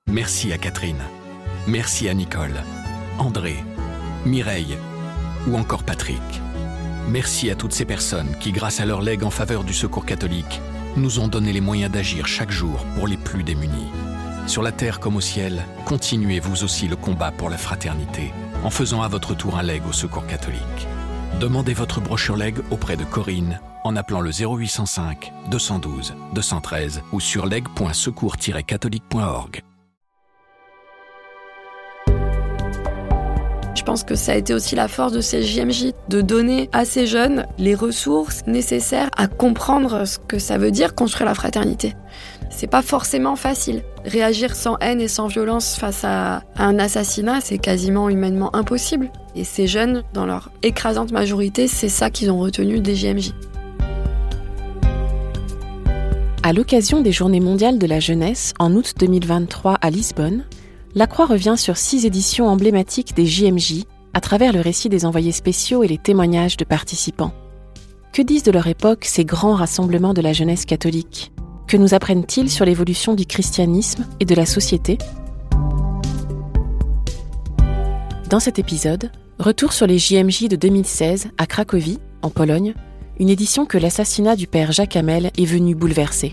Merci à Catherine. Merci à Nicole, André, Mireille ou encore Patrick. Merci à toutes ces personnes qui, grâce à leur legs en faveur du Secours catholique, nous ont donné les moyens d'agir chaque jour pour les plus démunis. Sur la terre comme au ciel, continuez vous aussi le combat pour la fraternité en faisant à votre tour un leg au Secours catholique. Demandez votre brochure leg auprès de Corinne en appelant le 0805 212 213 ou sur leg.secours-catholique.org. Je pense que ça a été aussi la force de ces JMJ, de donner à ces jeunes les ressources nécessaires à comprendre ce que ça veut dire construire la fraternité. C'est pas forcément facile. Réagir sans haine et sans violence face à un assassinat, c'est quasiment humainement impossible. Et ces jeunes, dans leur écrasante majorité, c'est ça qu'ils ont retenu des JMJ. À l'occasion des Journées mondiales de la jeunesse, en août 2023 à Lisbonne, La Croix revient sur 6 éditions emblématiques des JMJ à travers le récit des envoyés spéciaux et les témoignages de participants. Que disent de leur époque ces grands rassemblements de la jeunesse catholique ? Que nous apprennent-ils sur l'évolution du christianisme et de la société ? Dans cet épisode, retour sur les JMJ de 2016 à Cracovie, en Pologne, une édition que l'assassinat du père Jacques Hamel est venu bouleverser.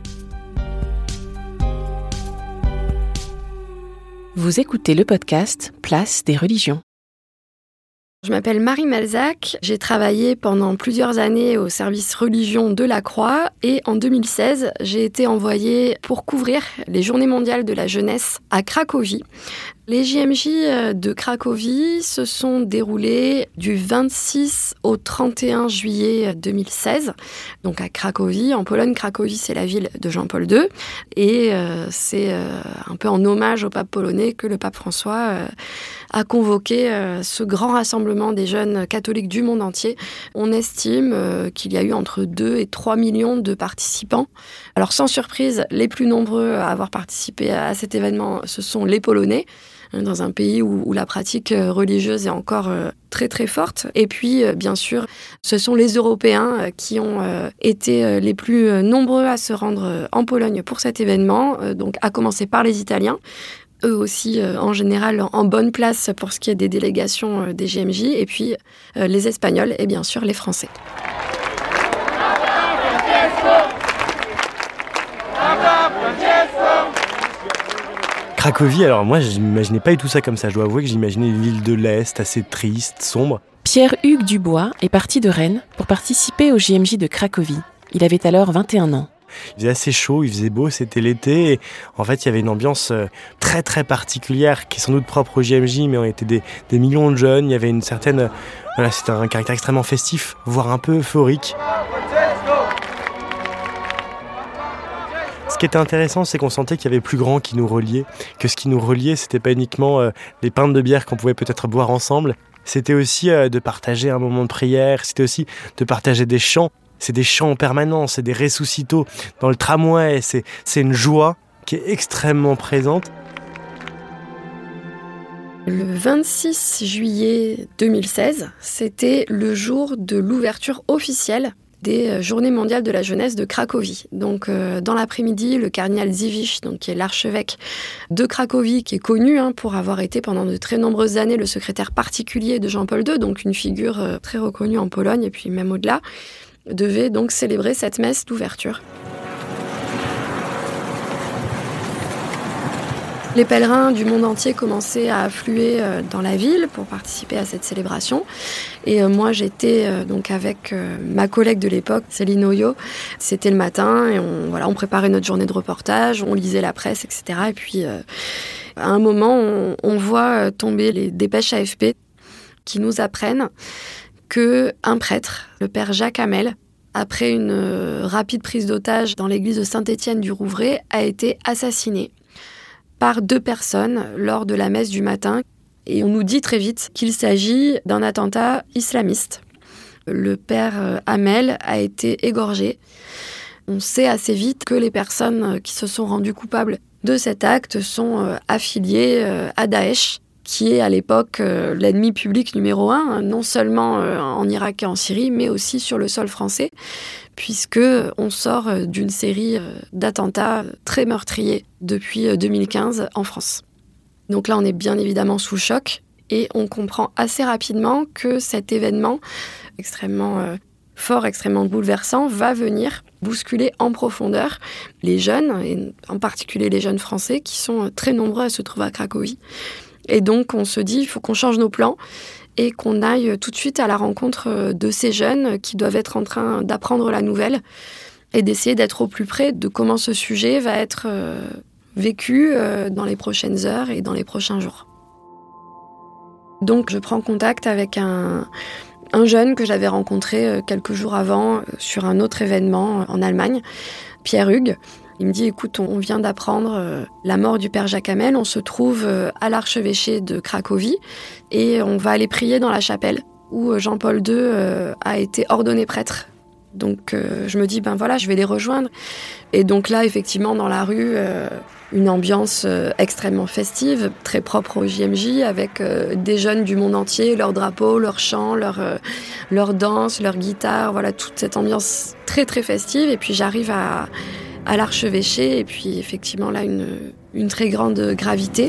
Vous écoutez le podcast Place des religions. Je m'appelle Marie Melzac, j'ai travaillé pendant plusieurs années au service religion de la Croix et en 2016, j'ai été envoyée pour couvrir les Journées mondiales de la jeunesse à Cracovie. Les JMJ de Cracovie se sont déroulés du 26 au 31 juillet 2016, donc à Cracovie, en Pologne. Cracovie, c'est la ville de Jean-Paul II, et c'est un peu en hommage au pape polonais que le pape François a convoqué ce grand rassemblement des jeunes catholiques du monde entier. On estime qu'il y a eu entre 2 et 3 millions de participants. Alors sans surprise, les plus nombreux à avoir participé à cet événement, ce sont les Polonais, dans un pays où la pratique religieuse est encore très très forte. Et puis, bien sûr, ce sont les Européens qui ont été les plus nombreux à se rendre en Pologne pour cet événement, donc à commencer par les Italiens. Eux aussi, en général, en bonne place pour ce qui est des délégations des JMJ, et puis les Espagnols et bien sûr les Français. Cracovie, alors moi, je n'imaginais pas du tout ça comme ça. Je dois avouer que j'imaginais une ville de l'Est, assez triste, sombre. Pierre-Hugues Dubois est parti de Rennes pour participer au JMJ de Cracovie. Il avait alors 21 ans. Il faisait assez chaud, il faisait beau, c'était l'été. Et en fait, il y avait une ambiance très très particulière qui est sans doute propre au JMJ, mais on était des millions de jeunes. Il y avait une certaine... Voilà, c'était un caractère extrêmement festif, voire un peu euphorique. Ce qui était intéressant, c'est qu'on sentait qu'il y avait plus grand qui nous reliait, que ce qui nous reliait, c'était pas uniquement les pintes de bière qu'on pouvait peut-être boire ensemble, c'était aussi de partager un moment de prière, c'était aussi de partager des chants. C'est des chants en permanence, c'est des ressuscitos dans le tramway, c'est une joie qui est extrêmement présente. Le 26 juillet 2016, c'était le jour de l'ouverture officielle des Journées mondiales de la jeunesse de Cracovie. Donc, dans l'après-midi, le cardinal Dziwisz, donc, qui est l'archevêque de Cracovie, qui est connu pour avoir été pendant de très nombreuses années le secrétaire particulier de Jean-Paul II, donc une figure très reconnue en Pologne et puis même au-delà, devait donc célébrer cette messe d'ouverture. Les pèlerins du monde entier commençaient à affluer dans la ville pour participer à cette célébration. Et moi, j'étais donc avec ma collègue de l'époque, Céline Oyo. C'était le matin et on préparait notre journée de reportage, on lisait la presse, etc. Et puis, à un moment, on voit tomber les dépêches AFP qui nous apprennent qu'un prêtre, le père Jacques Hamel, après une rapide prise d'otage dans l'église de Saint-Étienne du Rouvray, a été assassiné par 2 personnes lors de la messe du matin. Et on nous dit très vite qu'il s'agit d'un attentat islamiste. Le père Hamel a été égorgé. On sait assez vite que les personnes qui se sont rendues coupables de cet acte sont affiliées à Daesh. qui est à l'époque l'ennemi public numéro 1, non seulement en Irak et en Syrie, mais aussi sur le sol français, puisqu'on sort d'une série d'attentats très meurtriers depuis 2015 en France. Donc là, on est bien évidemment sous choc et on comprend assez rapidement que cet événement extrêmement fort, extrêmement bouleversant, va venir bousculer en profondeur les jeunes, et en particulier les jeunes français, qui sont très nombreux à se trouver à Cracovie. Et donc, on se dit, il faut qu'on change nos plans et qu'on aille tout de suite à la rencontre de ces jeunes qui doivent être en train d'apprendre la nouvelle et d'essayer d'être au plus près de comment ce sujet va être vécu dans les prochaines heures et dans les prochains jours. Donc, je prends contact avec un jeune que j'avais rencontré quelques jours avant sur un autre événement en Allemagne, Pierre Hugues. Il me dit, écoute, on vient d'apprendre la mort du père Jacques Hamel, on se trouve à l'archevêché de Cracovie et on va aller prier dans la chapelle où Jean-Paul II a été ordonné prêtre. Donc je me dis, je vais les rejoindre. Et donc là, effectivement, dans la rue, une ambiance extrêmement festive, très propre au JMJ, avec des jeunes du monde entier, leurs drapeaux, leurs chants, leurs danses, leurs guitares, voilà, toute cette ambiance très très festive. Et puis j'arrive à l'archevêché, et puis effectivement là, une très grande gravité.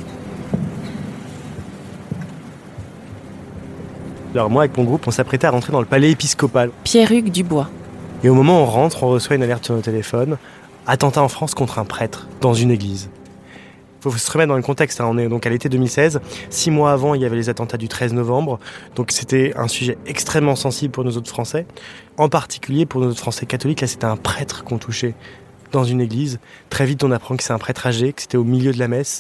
Alors moi, avec mon groupe, on s'apprêtait à rentrer dans le palais épiscopal. Pierre-Hugues Dubois. Et au moment où on rentre, on reçoit une alerte sur nos téléphones. Attentat en France contre un prêtre dans une église. Il faut se remettre dans le contexte. On est donc à l'été 2016. 6 mois avant, il y avait les attentats du 13 novembre. Donc c'était un sujet extrêmement sensible pour nos autres Français. En particulier pour nos autres Français catholiques. Là, c'était un prêtre qu'on touchait dans une église. Très vite, on apprend que c'est un prêtre âgé, que c'était au milieu de la messe.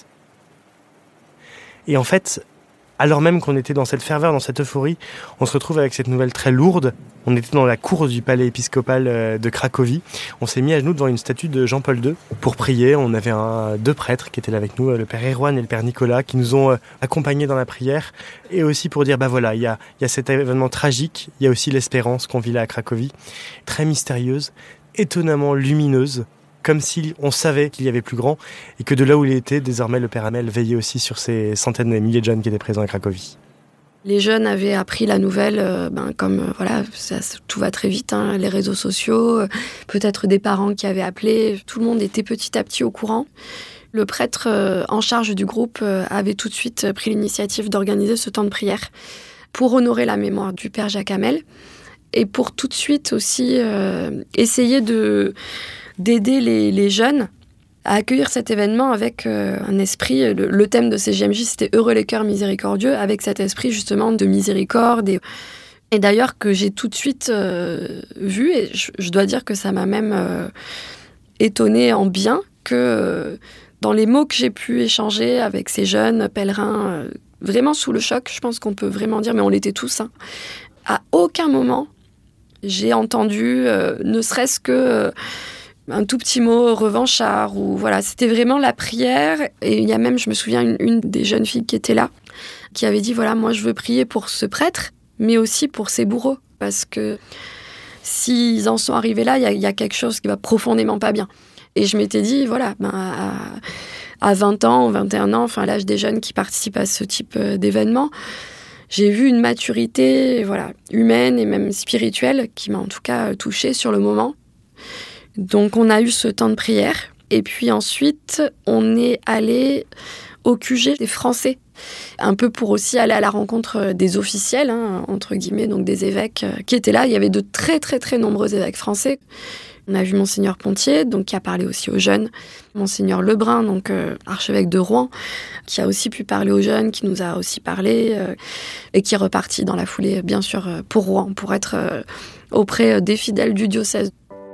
Et en fait, alors même qu'on était dans cette ferveur, dans cette euphorie, on se retrouve avec cette nouvelle très lourde. On était dans la cour du palais épiscopal de Cracovie. On s'est mis à genoux devant une statue de Jean-Paul II pour prier. On avait deux prêtres qui étaient là avec nous, le père Erwan et le père Nicolas, qui nous ont accompagnés dans la prière. Et aussi pour dire, voilà, il y a cet événement tragique, il y a aussi l'espérance qu'on vit là à Cracovie. Très mystérieuse, étonnamment lumineuse, comme si on savait qu'il y avait plus grand et que de là où il était, désormais le père Hamel veillait aussi sur ces centaines et milliers de jeunes qui étaient présents à Cracovie. Les jeunes avaient appris la nouvelle, tout va très vite, les réseaux sociaux, peut-être des parents qui avaient appelé, tout le monde était petit à petit au courant. Le prêtre en charge du groupe avait tout de suite pris l'initiative d'organiser ce temps de prière pour honorer la mémoire du père Jacques Hamel et pour tout de suite aussi essayer d'aider les jeunes à accueillir cet événement avec un esprit. Le thème de ces JMJ, c'était « Heureux les cœurs miséricordieux », avec cet esprit justement de miséricorde. Et d'ailleurs que j'ai tout de suite vu, et je dois dire que ça m'a même étonnée en bien, que dans les mots que j'ai pu échanger avec ces jeunes pèlerins, vraiment sous le choc, je pense qu'on peut vraiment dire, mais on l'était tous, à aucun moment j'ai entendu, ne serait-ce que... un tout petit mot revanchard, ou voilà, c'était vraiment la prière. Et il y a même, je me souviens, une des jeunes filles qui était là, qui avait dit, voilà, moi je veux prier pour ce prêtre, mais aussi pour ses bourreaux, parce que s'ils en sont arrivés là, il y a quelque chose qui va profondément pas bien. Et je m'étais dit, voilà, à 20 ans, 21 ans, enfin l'âge des jeunes qui participent à ce type d'événement, j'ai vu une maturité, voilà, humaine et même spirituelle qui m'a en tout cas touchée sur le moment. Donc on a eu ce temps de prière et puis ensuite on est allé au QG des Français, un peu pour aussi aller à la rencontre des officiels, entre guillemets, donc des évêques qui étaient là. Il y avait de très très très nombreux évêques français. On a vu Monseigneur Pontier, donc qui a parlé aussi aux jeunes, Monseigneur Lebrun, donc archevêque de Rouen, qui a aussi pu parler aux jeunes, qui nous a aussi parlé et qui est reparti dans la foulée, bien sûr, pour Rouen, pour être auprès des fidèles du diocèse.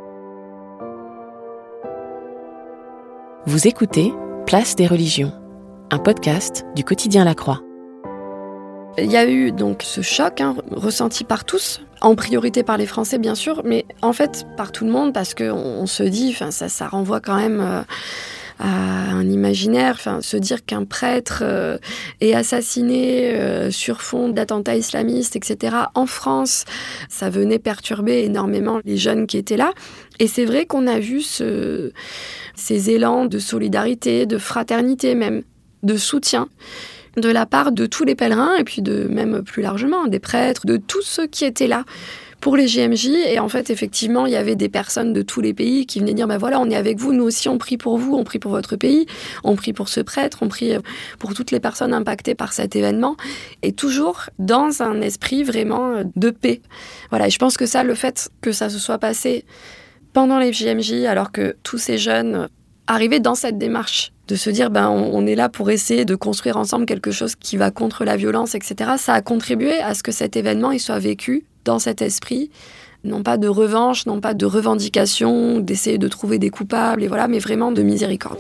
Vous écoutez Place des religions, un podcast du quotidien La Croix. Il y a eu donc ce choc ressenti par tous, en priorité par les Français bien sûr, mais en fait par tout le monde, parce qu'on se dit, ça renvoie quand même à un imaginaire, se dire qu'un prêtre est assassiné sur fond d'attentats islamistes, etc. En France, ça venait perturber énormément les jeunes qui étaient là. Et c'est vrai qu'on a vu ces élans de solidarité, de fraternité même, de soutien, de la part de tous les pèlerins, et puis de même plus largement des prêtres, de tous ceux qui étaient là pour les JMJ. Et en fait, effectivement, il y avait des personnes de tous les pays qui venaient dire voilà, on est avec vous, nous aussi on prie pour vous, on prie pour votre pays, on prie pour ce prêtre, on prie pour toutes les personnes impactées par cet événement, et toujours dans un esprit vraiment de paix. Voilà, et je pense que ça, le fait que ça se soit passé pendant les JMJ, alors que tous ces jeunes arrivaient dans cette démarche de se dire on est là pour essayer de construire ensemble quelque chose qui va contre la violence, etc. Ça a contribué à ce que cet événement il soit vécu dans cet esprit, non pas de revanche, non pas de revendication, d'essayer de trouver des coupables, et voilà, mais vraiment de miséricorde.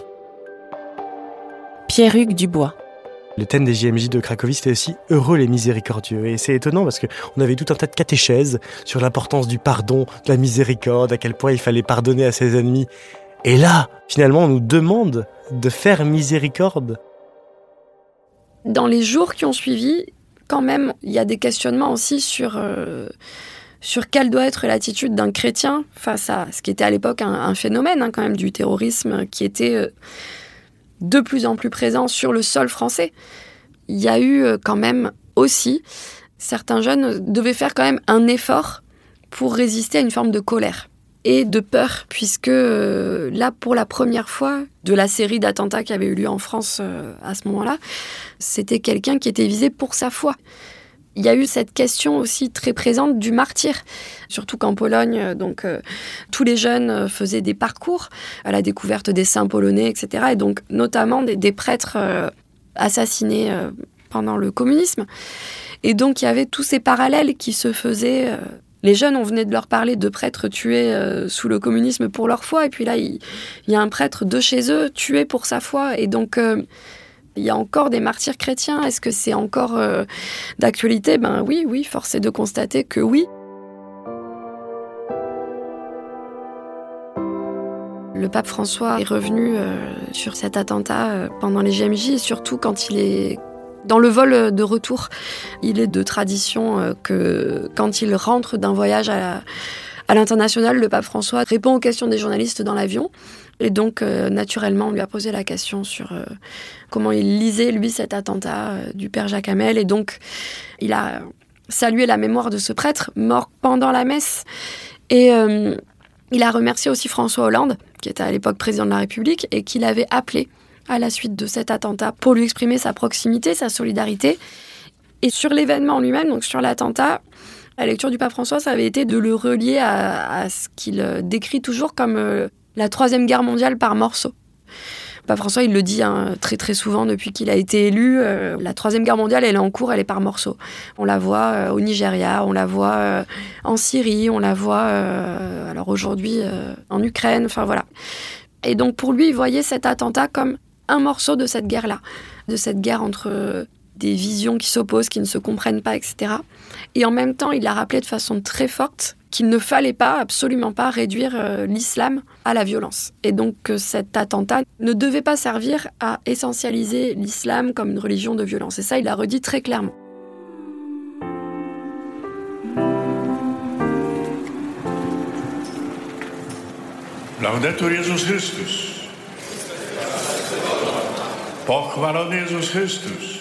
Pierre-Hugues Dubois. Le thème des JMJ de Cracovie, c'était aussi « Heureux les miséricordieux ». Et c'est étonnant parce qu'on avait tout un tas de catéchèses sur l'importance du pardon, de la miséricorde, à quel point il fallait pardonner à ses ennemis. Et là, finalement, on nous demande de faire miséricorde. Dans les jours qui ont suivi, quand même, il y a des questionnements aussi sur quelle doit être l'attitude d'un chrétien face à ce qui était à l'époque un phénomène quand même du terrorisme qui était de plus en plus présent sur le sol français. Il y a eu quand même aussi, certains jeunes devaient faire quand même un effort pour résister à une forme de colère et de peur, puisque là, pour la première fois de la série d'attentats qui avait eu lieu en France à ce moment-là, c'était quelqu'un qui était visé pour sa foi. Il y a eu cette question aussi très présente du martyr, surtout qu'en Pologne, tous les jeunes faisaient des parcours à la découverte des saints polonais, etc. Et donc notamment des prêtres assassinés pendant le communisme. Et donc il y avait tous ces parallèles qui se faisaient. Les jeunes, on venait de leur parler de prêtres tués sous le communisme pour leur foi. Et puis là, il y a un prêtre de chez eux tué pour sa foi. Et donc, il y a encore des martyrs chrétiens. Est-ce que c'est encore d'actualité ? Oui, force est de constater que oui. Le pape François est revenu sur cet attentat pendant les JMJ, et surtout quand il est dans le vol de retour. Il est de tradition que quand il rentre d'un voyage à l'international, le pape François répond aux questions des journalistes dans l'avion. Et donc, naturellement, on lui a posé la question sur comment il lisait, lui, cet attentat du père Jacques Hamel. Et donc, il a salué la mémoire de ce prêtre mort pendant la messe. Et il a remercié aussi François Hollande, qui était à l'époque président de la République, et qui l'avait appelé à la suite de cet attentat pour lui exprimer sa proximité, sa solidarité. Et sur l'événement lui-même, donc sur l'attentat, la lecture du pape François, ça avait été de le relier à ce qu'il décrit toujours comme la Troisième Guerre mondiale par morceaux. Le pape François, il le dit très très souvent depuis qu'il a été élu, la Troisième Guerre mondiale, elle est en cours, elle est par morceaux. On la voit au Nigeria, on la voit en Syrie, on la voit alors aujourd'hui en Ukraine, enfin voilà. Et donc pour lui, il voyait cet attentat comme un morceau de cette guerre-là, de cette guerre entre des visions qui s'opposent, qui ne se comprennent pas, etc. Et en même temps, il a rappelé de façon très forte qu'il ne fallait pas, absolument pas, réduire l'islam à la violence. Et donc cet attentat ne devait pas servir à essentialiser l'islam comme une religion de violence. Et ça, il l'a redit très clairement. Laudetur Jesus Christus. Pochwalony Jezus Chrystus.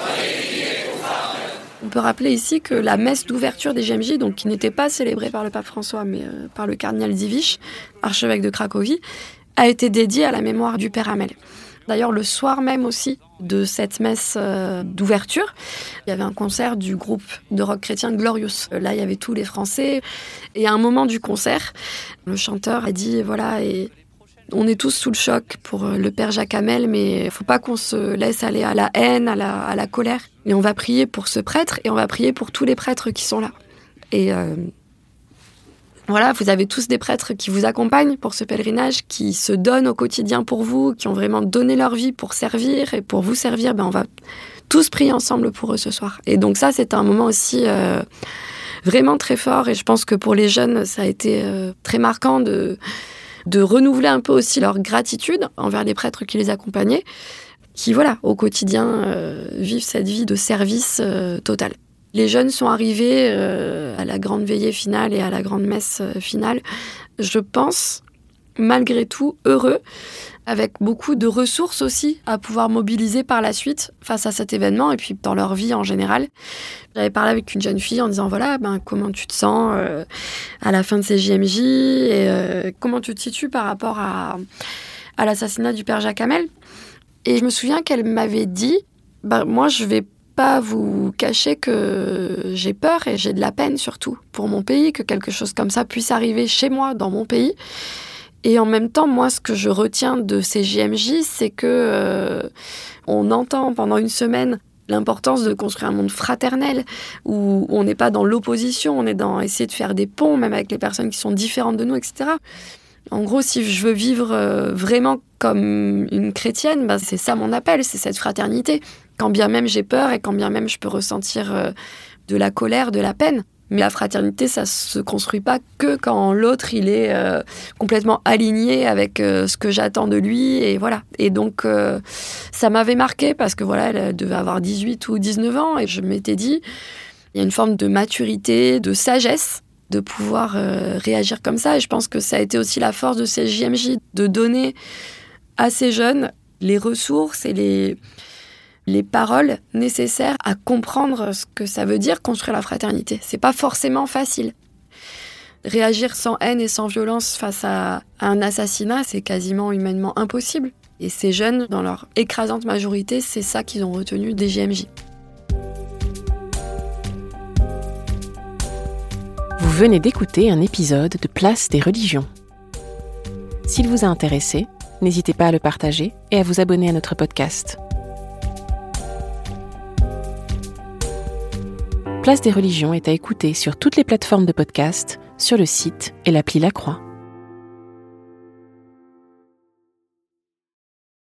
On peut rappeler ici que la messe d'ouverture des JMJ, donc qui n'était pas célébrée par le pape François, mais par le cardinal Dziwisz, archevêque de Cracovie, a été dédiée à la mémoire du père Hamel. D'ailleurs, le soir même aussi de cette messe d'ouverture, il y avait un concert du groupe de rock chrétien Glorious. Là, il y avait tous les Français. Et à un moment du concert, le chanteur a dit, voilà, et on est tous sous le choc pour le père Jacques Hamel, mais il ne faut pas qu'on se laisse aller à la haine, à la colère. Et on va prier pour ce prêtre et on va prier pour tous les prêtres qui sont là. Et voilà, vous avez tous des prêtres qui vous accompagnent pour ce pèlerinage, qui se donnent au quotidien pour vous, qui ont vraiment donné leur vie pour servir et pour vous servir. On va tous prier ensemble pour eux ce soir. Et donc ça, c'est un moment aussi vraiment très fort. Et je pense que pour les jeunes, ça a été très marquant de renouveler un peu aussi leur gratitude envers les prêtres qui les accompagnaient, qui, voilà, au quotidien, vivent cette vie de service total. Les jeunes sont arrivés à la grande veillée finale et à la grande messe finale, je pense, malgré tout heureux, avec beaucoup de ressources aussi à pouvoir mobiliser par la suite face à cet événement et puis dans leur vie en général. J'avais parlé avec une jeune fille en disant voilà, comment tu te sens à la fin de ces JMJ et comment tu te situes par rapport à l'assassinat du père Jacques Hamel. Et je me souviens qu'elle m'avait dit moi je vais pas vous cacher que j'ai peur et j'ai de la peine surtout pour mon pays, que quelque chose comme ça puisse arriver chez moi, dans mon pays. Et en même temps, moi, ce que je retiens de ces JMJ, c'est que on entend pendant une semaine l'importance de construire un monde fraternel, où on n'est pas dans l'opposition, on est dans essayer de faire des ponts, même avec les personnes qui sont différentes de nous, etc. En gros, si je veux vivre vraiment comme une chrétienne, c'est ça mon appel, c'est cette fraternité. Quand bien même j'ai peur et quand bien même je peux ressentir de la colère, de la peine. Mais la fraternité, ça se construit pas que quand l'autre, il est complètement aligné avec ce que j'attends de lui. Et voilà. Et donc, ça m'avait marqué parce que voilà, elle devait avoir 18 ou 19 ans. Et je m'étais dit, il y a une forme de maturité, de sagesse, de pouvoir réagir comme ça. Et je pense que ça a été aussi la force de ces JMJ, de donner à ces jeunes les ressources et les paroles nécessaires à comprendre ce que ça veut dire construire la fraternité. C'est pas forcément facile. Réagir sans haine et sans violence face à un assassinat, c'est quasiment humainement impossible. Et ces jeunes, dans leur écrasante majorité, c'est ça qu'ils ont retenu des JMJ. Vous venez d'écouter un épisode de Place des religions. S'il vous a intéressé, n'hésitez pas à le partager et à vous abonner à notre podcast. Place des religions est à écouter sur toutes les plateformes de podcast, sur le site et l'appli La Croix.